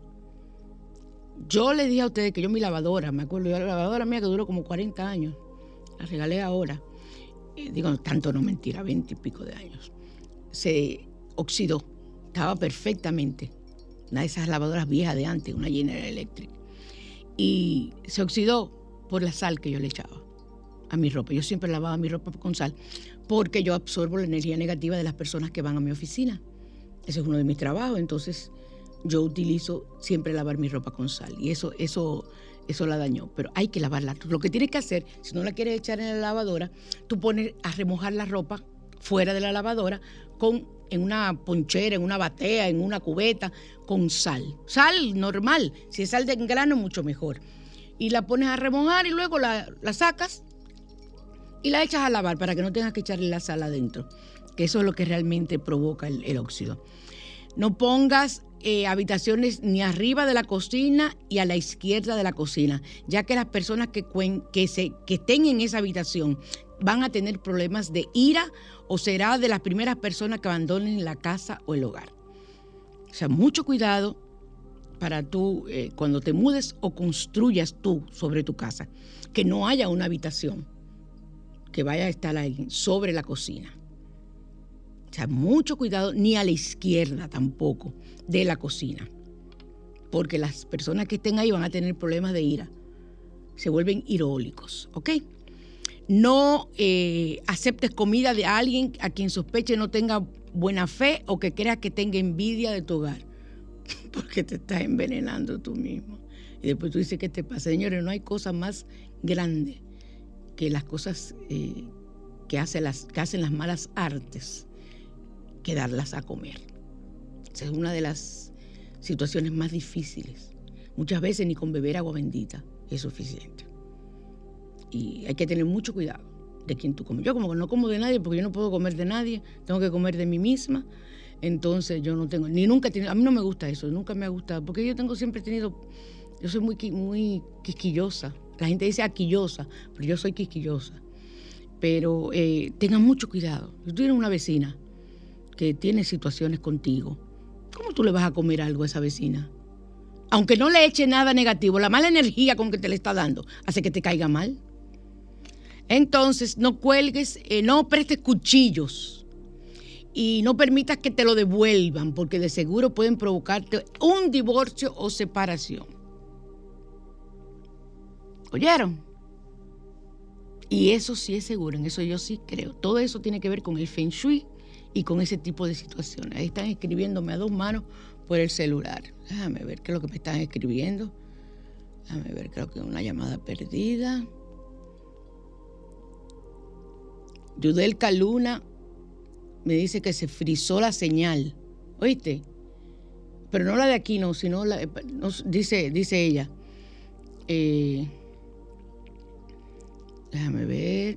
Speaker 3: Yo les dije a ustedes que yo mi lavadora, me acuerdo, yo la lavadora mía que duró como cuarenta años, la regalé ahora, eh, digo, tanto no mentira, veinte y pico de años, se oxidó, estaba perfectamente, una de esas lavadoras viejas de antes, una General Electric, y se oxidó por la sal que yo le echaba a mi ropa. Yo siempre lavaba mi ropa con sal porque yo absorbo la energía negativa de las personas que van a mi oficina. Ese es uno de mis trabajos, entonces yo utilizo siempre lavar mi ropa con sal y eso, eso, eso la dañó, pero hay que lavarla. Lo que tienes que hacer, si no la quieres echar en la lavadora, tú pones a remojar la ropa fuera de la lavadora con, en una ponchera, en una batea, en una cubeta, con sal. Sal normal, si es sal de grano mucho mejor. Y la pones a remojar y luego la, la sacas y la echas a lavar para que no tengas que echarle la sal adentro, que eso es lo que realmente provoca el, el óxido. No pongas eh, habitaciones ni arriba de la cocina y a la izquierda de la cocina, ya que las personas que, cuen, que, se, que estén en esa habitación van a tener problemas de ira o será de las primeras personas que abandonen la casa o el hogar. O sea, mucho cuidado para tú, eh, cuando te mudes o construyas tú sobre tu casa, que no haya una habitación que vaya a estar ahí sobre la cocina. O sea, mucho cuidado, ni a la izquierda tampoco de la cocina, porque las personas que estén ahí van a tener problemas de ira, se vuelven irólicos, ¿ok? No eh, aceptes comida de alguien a quien sospeche no tenga buena fe o que creas que tenga envidia de tu hogar, porque te estás envenenando tú mismo. Y después tú dices, ¿qué te pasa? Señores, no hay cosa más grande que las cosas eh, que, hace las, que hacen las malas artes que darlas a comer. Esa es una de las situaciones más difíciles. Muchas veces ni con beber agua bendita es suficiente. Y hay que tener mucho cuidado de quién tú comes. Yo como no como de nadie, porque yo no puedo comer de nadie, tengo que comer de mí misma. Entonces yo no tengo, ni nunca he tenido, a mí no me gusta eso, nunca me ha gustado, porque yo tengo siempre tenido, yo soy muy, muy quisquillosa. La gente dice aquillosa, pero yo soy quisquillosa. Pero eh, tengan mucho cuidado. Si tú tienes una vecina que tiene situaciones contigo, ¿cómo tú le vas a comer algo a esa vecina? Aunque no le eche nada negativo, la mala energía con que te le está dando hace que te caiga mal. Entonces, no cuelgues, eh, no prestes cuchillos y no permitas que te lo devuelvan, porque de seguro pueden provocarte un divorcio o separación. ¿Oyeron? Y eso sí es seguro, en eso yo sí creo. Todo eso tiene que ver con el Feng Shui y con ese tipo de situaciones. Ahí están escribiéndome a dos manos por el celular. Déjame ver qué es lo que me están escribiendo. Déjame ver, creo que es una llamada perdida. Yudelka Luna me dice que se frizó la señal. ¿Oíste? Pero no la de aquí, no, sino la... No, dice, dice ella. Eh, déjame ver.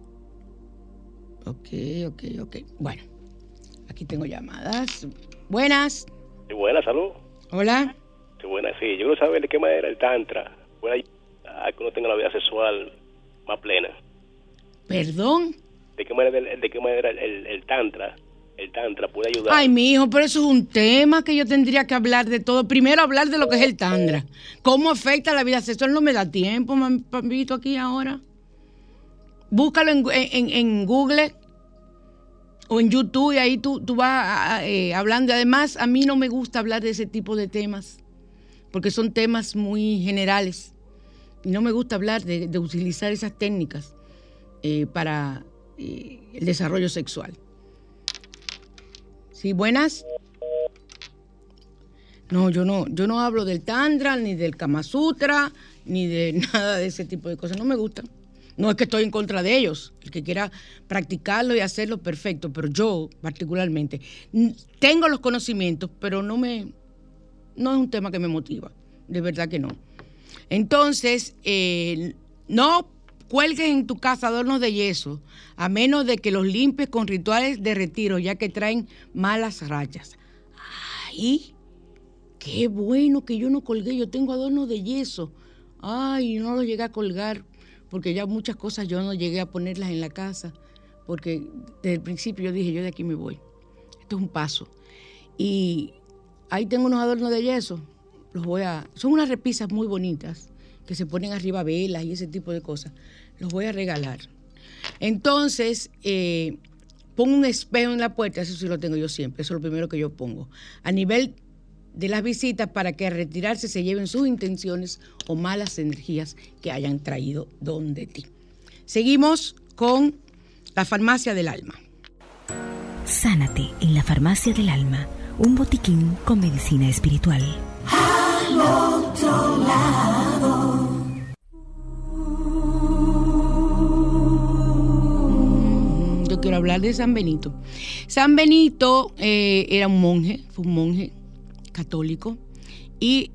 Speaker 3: Ok, ok, ok. Bueno, aquí tengo llamadas. Buenas.
Speaker 8: Sí, buenas, salud.
Speaker 3: Hola.
Speaker 8: Sí, buenas, sí. Yo quiero saber de qué manera el tantra puede ayudar a que uno tenga la vida sexual más plena.
Speaker 3: ¿Perdón?
Speaker 8: ¿De qué manera, el, de qué manera el, el, el tantra el tantra puede ayudar?
Speaker 3: Ay, mi hijo, pero eso es un tema que yo tendría que hablar de todo. Primero hablar de lo que es el tantra. ¿Cómo afecta la vida sexual? No me da tiempo, papito, aquí ahora. Búscalo en, en, en Google o en YouTube y ahí tú, tú vas eh, hablando. Además, a mí no me gusta hablar de ese tipo de temas porque son temas muy generales y no me gusta hablar de, de utilizar esas técnicas eh, para eh, el desarrollo sexual. ¿Sí, buenas? No, yo no, yo no hablo del tantra, ni del Kama Sutra, ni de nada de ese tipo de cosas. No me gusta. No es que estoy en contra de ellos. El que quiera practicarlo y hacerlo, perfecto. Pero yo, particularmente, tengo los conocimientos, pero no me, no es un tema que me motiva. De verdad que no. Entonces, eh, no cuelgues en tu casa adornos de yeso, a menos de que los limpies con rituales de retiro, ya que traen malas rachas. Ay, qué bueno que yo no colgué, yo tengo adornos de yeso. Ay, no los llegué a colgar, porque ya muchas cosas yo no llegué a ponerlas en la casa, porque desde el principio yo dije, yo de aquí me voy. Esto es un paso. Y ahí tengo unos adornos de yeso, los voy a... Son unas repisas muy bonitas, que se ponen arriba velas y ese tipo de cosas. Los voy a regalar. Entonces, eh, pongo un espejo en la puerta, eso sí lo tengo yo siempre, eso es lo primero que yo pongo. A nivel de las visitas, para que al retirarse se lleven sus intenciones o malas energías que hayan traído donde ti. Seguimos con la farmacia del alma.
Speaker 9: Sánate en la farmacia del alma, un botiquín con medicina espiritual.
Speaker 2: Al otro lado.
Speaker 3: Yo quiero hablar de San Benito. San Benito eh, era un monje, fue un monje católico y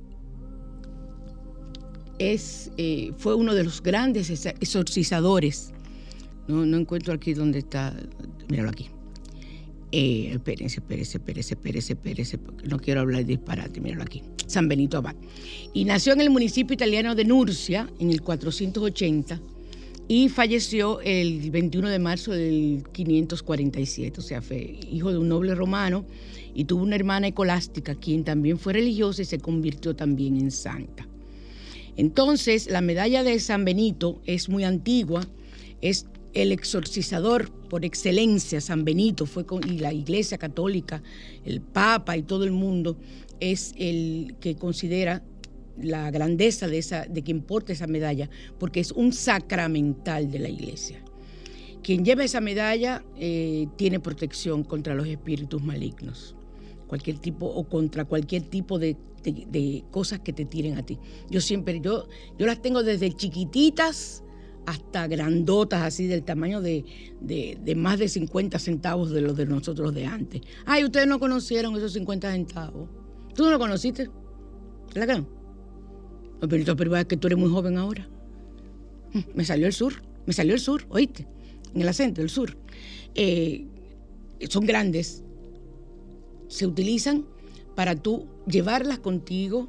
Speaker 3: es, eh, fue uno de los grandes exorcizadores. No, no encuentro aquí dónde está, míralo aquí. Eh, espérense, espérense, espérense, espérense, espérense, porque no quiero hablar de disparate, míralo aquí. San Benito Abad. Y nació en el municipio italiano de Nurcia en el cuatrocientos ochenta y falleció el veintiuno de marzo del quinientos cuarenta y siete, o sea, fue hijo de un noble romano y tuvo una hermana escolástica, quien también fue religiosa y se convirtió también en santa. Entonces, la medalla de San Benito es muy antigua, es el exorcizador por excelencia. San Benito fue con, y la Iglesia Católica, el Papa y todo el mundo, es el que considera la grandeza de, esa, de quien porta esa medalla, porque es un sacramental de la Iglesia. Quien lleva esa medalla eh, tiene protección contra los espíritus malignos, cualquier tipo o contra cualquier tipo de, de, de cosas que te tiren a ti. Yo siempre, yo, yo las tengo desde chiquititas hasta grandotas, así del tamaño de, de, de más de cincuenta centavos de los de nosotros de antes. Ay, ustedes no conocieron esos cincuenta centavos. ¿Tú no lo conociste? ¿La que no? No, pero, pero es que tú eres muy joven ahora. Me salió el sur, me salió el sur, ¿oíste? En el acento, el sur. Eh, son grandes. Se utilizan para tú llevarlas contigo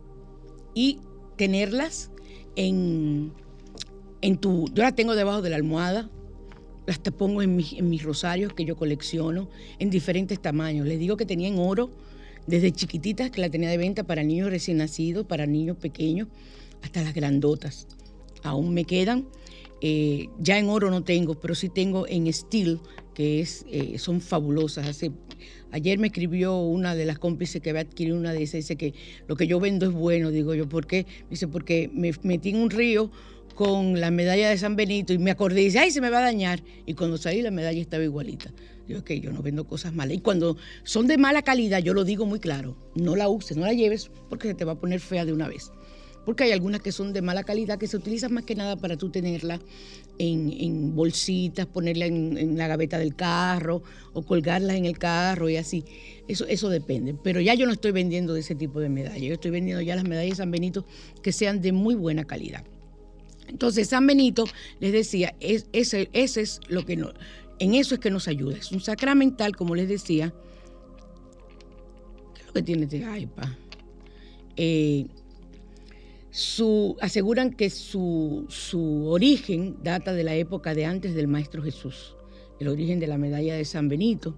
Speaker 3: y tenerlas en, en tu... Yo las tengo debajo de la almohada, las te pongo en, mi, en mis rosarios que yo colecciono en diferentes tamaños. Les digo que tenía en oro desde chiquititas, que la tenía de venta para niños recién nacidos, para niños pequeños, hasta las grandotas. Aún me quedan. Eh, ya en oro no tengo, pero sí tengo en steel, que es, eh, son fabulosas. Hace, ayer me escribió una de las cómplices que había adquirido una de esas, dice que lo que yo vendo es bueno. Digo yo, ¿por qué? Dice, porque me metí en un río con la medalla de San Benito y me acordé y dice, ay, se me va a dañar. Y cuando salí la medalla estaba igualita. Digo, ok, yo no vendo cosas malas. Y cuando son de mala calidad, yo lo digo muy claro, no la uses, no la lleves porque se te va a poner fea de una vez. Porque hay algunas que son de mala calidad que se utilizan más que nada para tú tenerla en, en bolsitas, ponerla en, en la gaveta del carro o colgarlas en el carro y así. Eso, eso depende. Pero ya yo no estoy vendiendo de ese tipo de medallas. Yo estoy vendiendo ya las medallas de San Benito que sean de muy buena calidad. Entonces, San Benito, les decía, es, ese, ese es lo que no, en eso es que nos ayuda. Es un sacramental, como les decía. ¿Qué es lo que tiene este iPad? Eh, su, aseguran que su, su origen data de la época de antes del Maestro Jesús, el origen de la medalla de San Benito,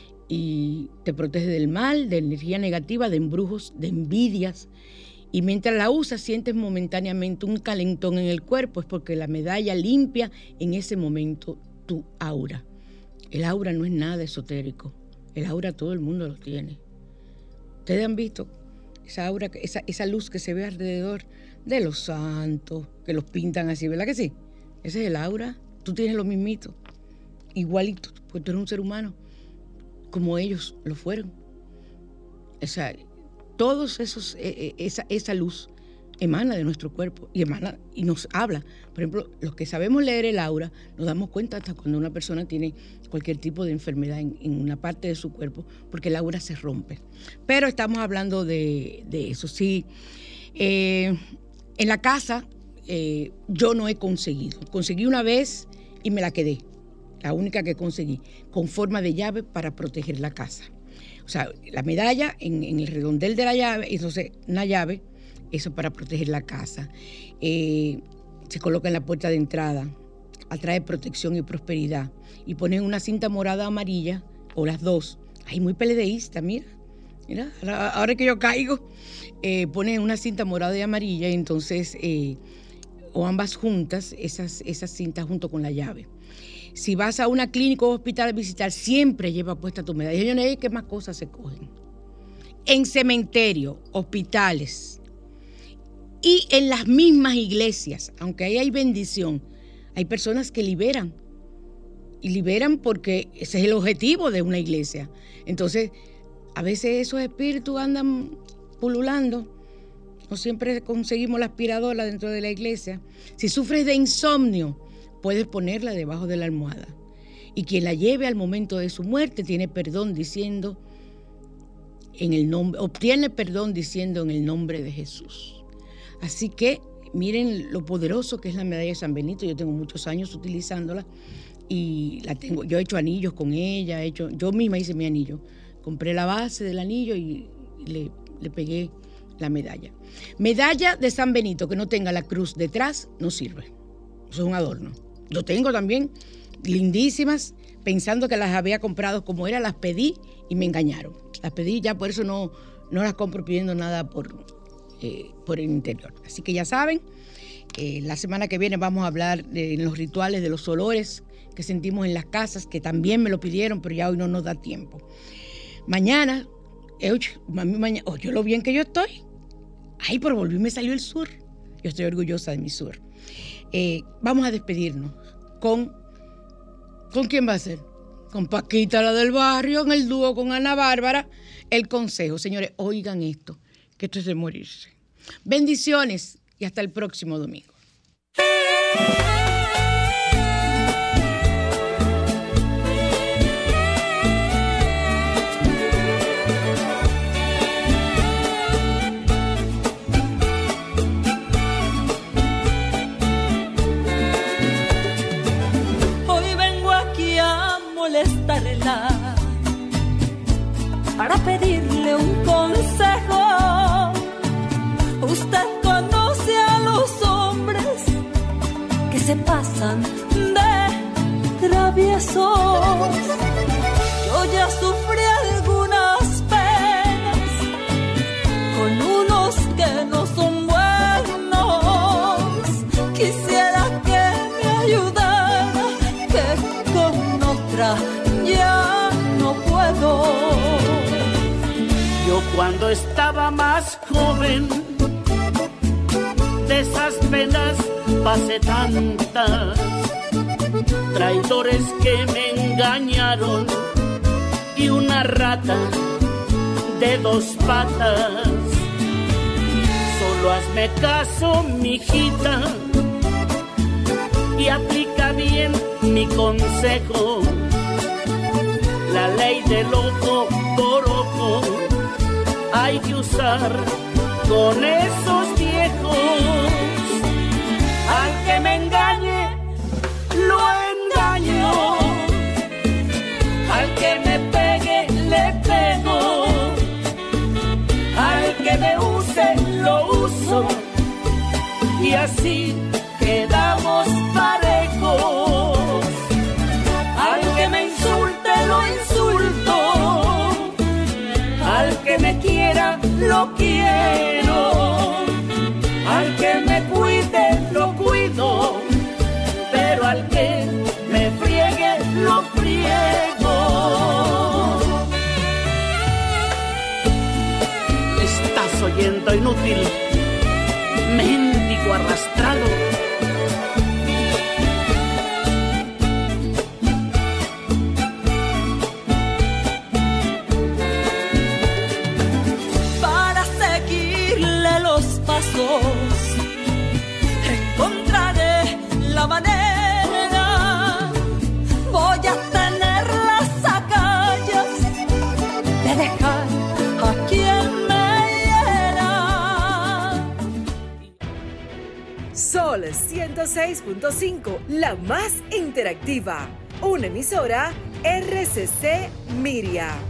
Speaker 3: y te protege del mal, de energía negativa, de embrujos, de envidias. Y mientras la usas, sientes momentáneamente un calentón en el cuerpo, es porque la medalla limpia en ese momento tu aura. El aura no es nada esotérico, el aura todo el mundo lo tiene. Ustedes han visto esa aura, esa, esa luz que se ve alrededor de los santos, que los pintan así, ¿verdad que sí? Ese es el aura, tú tienes lo mismito, igualito, porque tú eres un ser humano, como ellos lo fueron. O sea, todos esos, eh, esa, esa luz emana de nuestro cuerpo y emana y nos habla. Por ejemplo, los que sabemos leer el aura, nos damos cuenta hasta cuando una persona tiene cualquier tipo de enfermedad en, en una parte de su cuerpo, porque el aura se rompe. Pero estamos hablando de, de eso. Sí, eh, en la casa eh, yo no he conseguido. Conseguí una vez y me la quedé. La única que conseguí, con forma de llave para proteger la casa. O sea, la medalla en, en el redondel de la llave, entonces una llave, eso para proteger la casa. Eh, se coloca en la puerta de entrada, atrae protección y prosperidad. Y ponen una cinta morada amarilla, o las dos. Ay, muy peledeísta, mira. Mira, ahora, ahora que yo caigo, eh, ponen una cinta morada y amarilla, y entonces, eh, o ambas juntas, esas, esas cintas junto con la llave. Si vas a una clínica o hospital a visitar, siempre lleva puesta tu medalla. Yo no sé qué más cosas se cogen. En cementerios, hospitales y en las mismas iglesias, aunque ahí hay bendición, hay personas que liberan. Y liberan porque ese es el objetivo de una iglesia. Entonces, a veces esos espíritus andan pululando. No siempre conseguimos la aspiradora dentro de la iglesia. Si sufres de insomnio, puedes ponerla debajo de la almohada. Y quien la lleve al momento de su muerte tiene perdón diciendo en el nombre, obtiene perdón diciendo en el nombre de Jesús. Así que miren lo poderoso que es la medalla de San Benito. Yo tengo muchos años utilizándola y la tengo. Yo he hecho anillos con ella, he hecho, yo misma hice mi anillo. Compré la base del anillo y le, le pegué la medalla. Medalla de San Benito que no tenga la cruz detrás no sirve. Eso es un adorno. Yo tengo también lindísimas, pensando que las había comprado como era, las pedí y me engañaron. Las pedí ya, por eso no, no las compro pidiendo nada por, eh, por el interior. Así que ya saben, eh, la semana que viene vamos a hablar de los rituales, de los olores que sentimos en las casas, que también me lo pidieron, pero ya hoy no nos da tiempo. Mañana, eh, mami, mañana, oh, yo lo bien que yo estoy. Ay, por volví me salió el sur. Yo estoy orgullosa de mi sur. Eh, vamos a despedirnos con, ¿con quién va a ser? Con Paquita, la del barrio, en el dúo con Ana Bárbara, el consejo. Señores, oigan esto, que esto es de morirse. Bendiciones y hasta el próximo domingo.
Speaker 10: Para pedirle un consejo. Usted conoce a los hombres que se pasan de traviesos. Yo ya sufrí algunas penas con unos que no son buenos. Quisiera que me ayudara, que con otra ya no puedo.
Speaker 11: Yo cuando estaba más joven, de esas penas pasé tantas, traidores que me engañaron y una rata de dos patas. Solo hazme caso, mijita, y aplica bien mi consejo. La ley del ojo por ojo hay que usar con esos viejos. Al que me engañe, lo engaño. Al que me pegue, le pego. Al que me use, lo uso. Y así quedamos parejos. Al que me insulte, lo insulto. Al que me quiera, lo quiero. Al que me cuide, lo cuido. Pero al que me friegue, lo friego. Estás oyendo, inútil, mendigo arrastrado.
Speaker 10: Encontraré la manera, voy a tener las agallas de dejar a quien me hiera.
Speaker 12: Sol ciento seis punto cinco, la más interactiva, una emisora R C C Miria.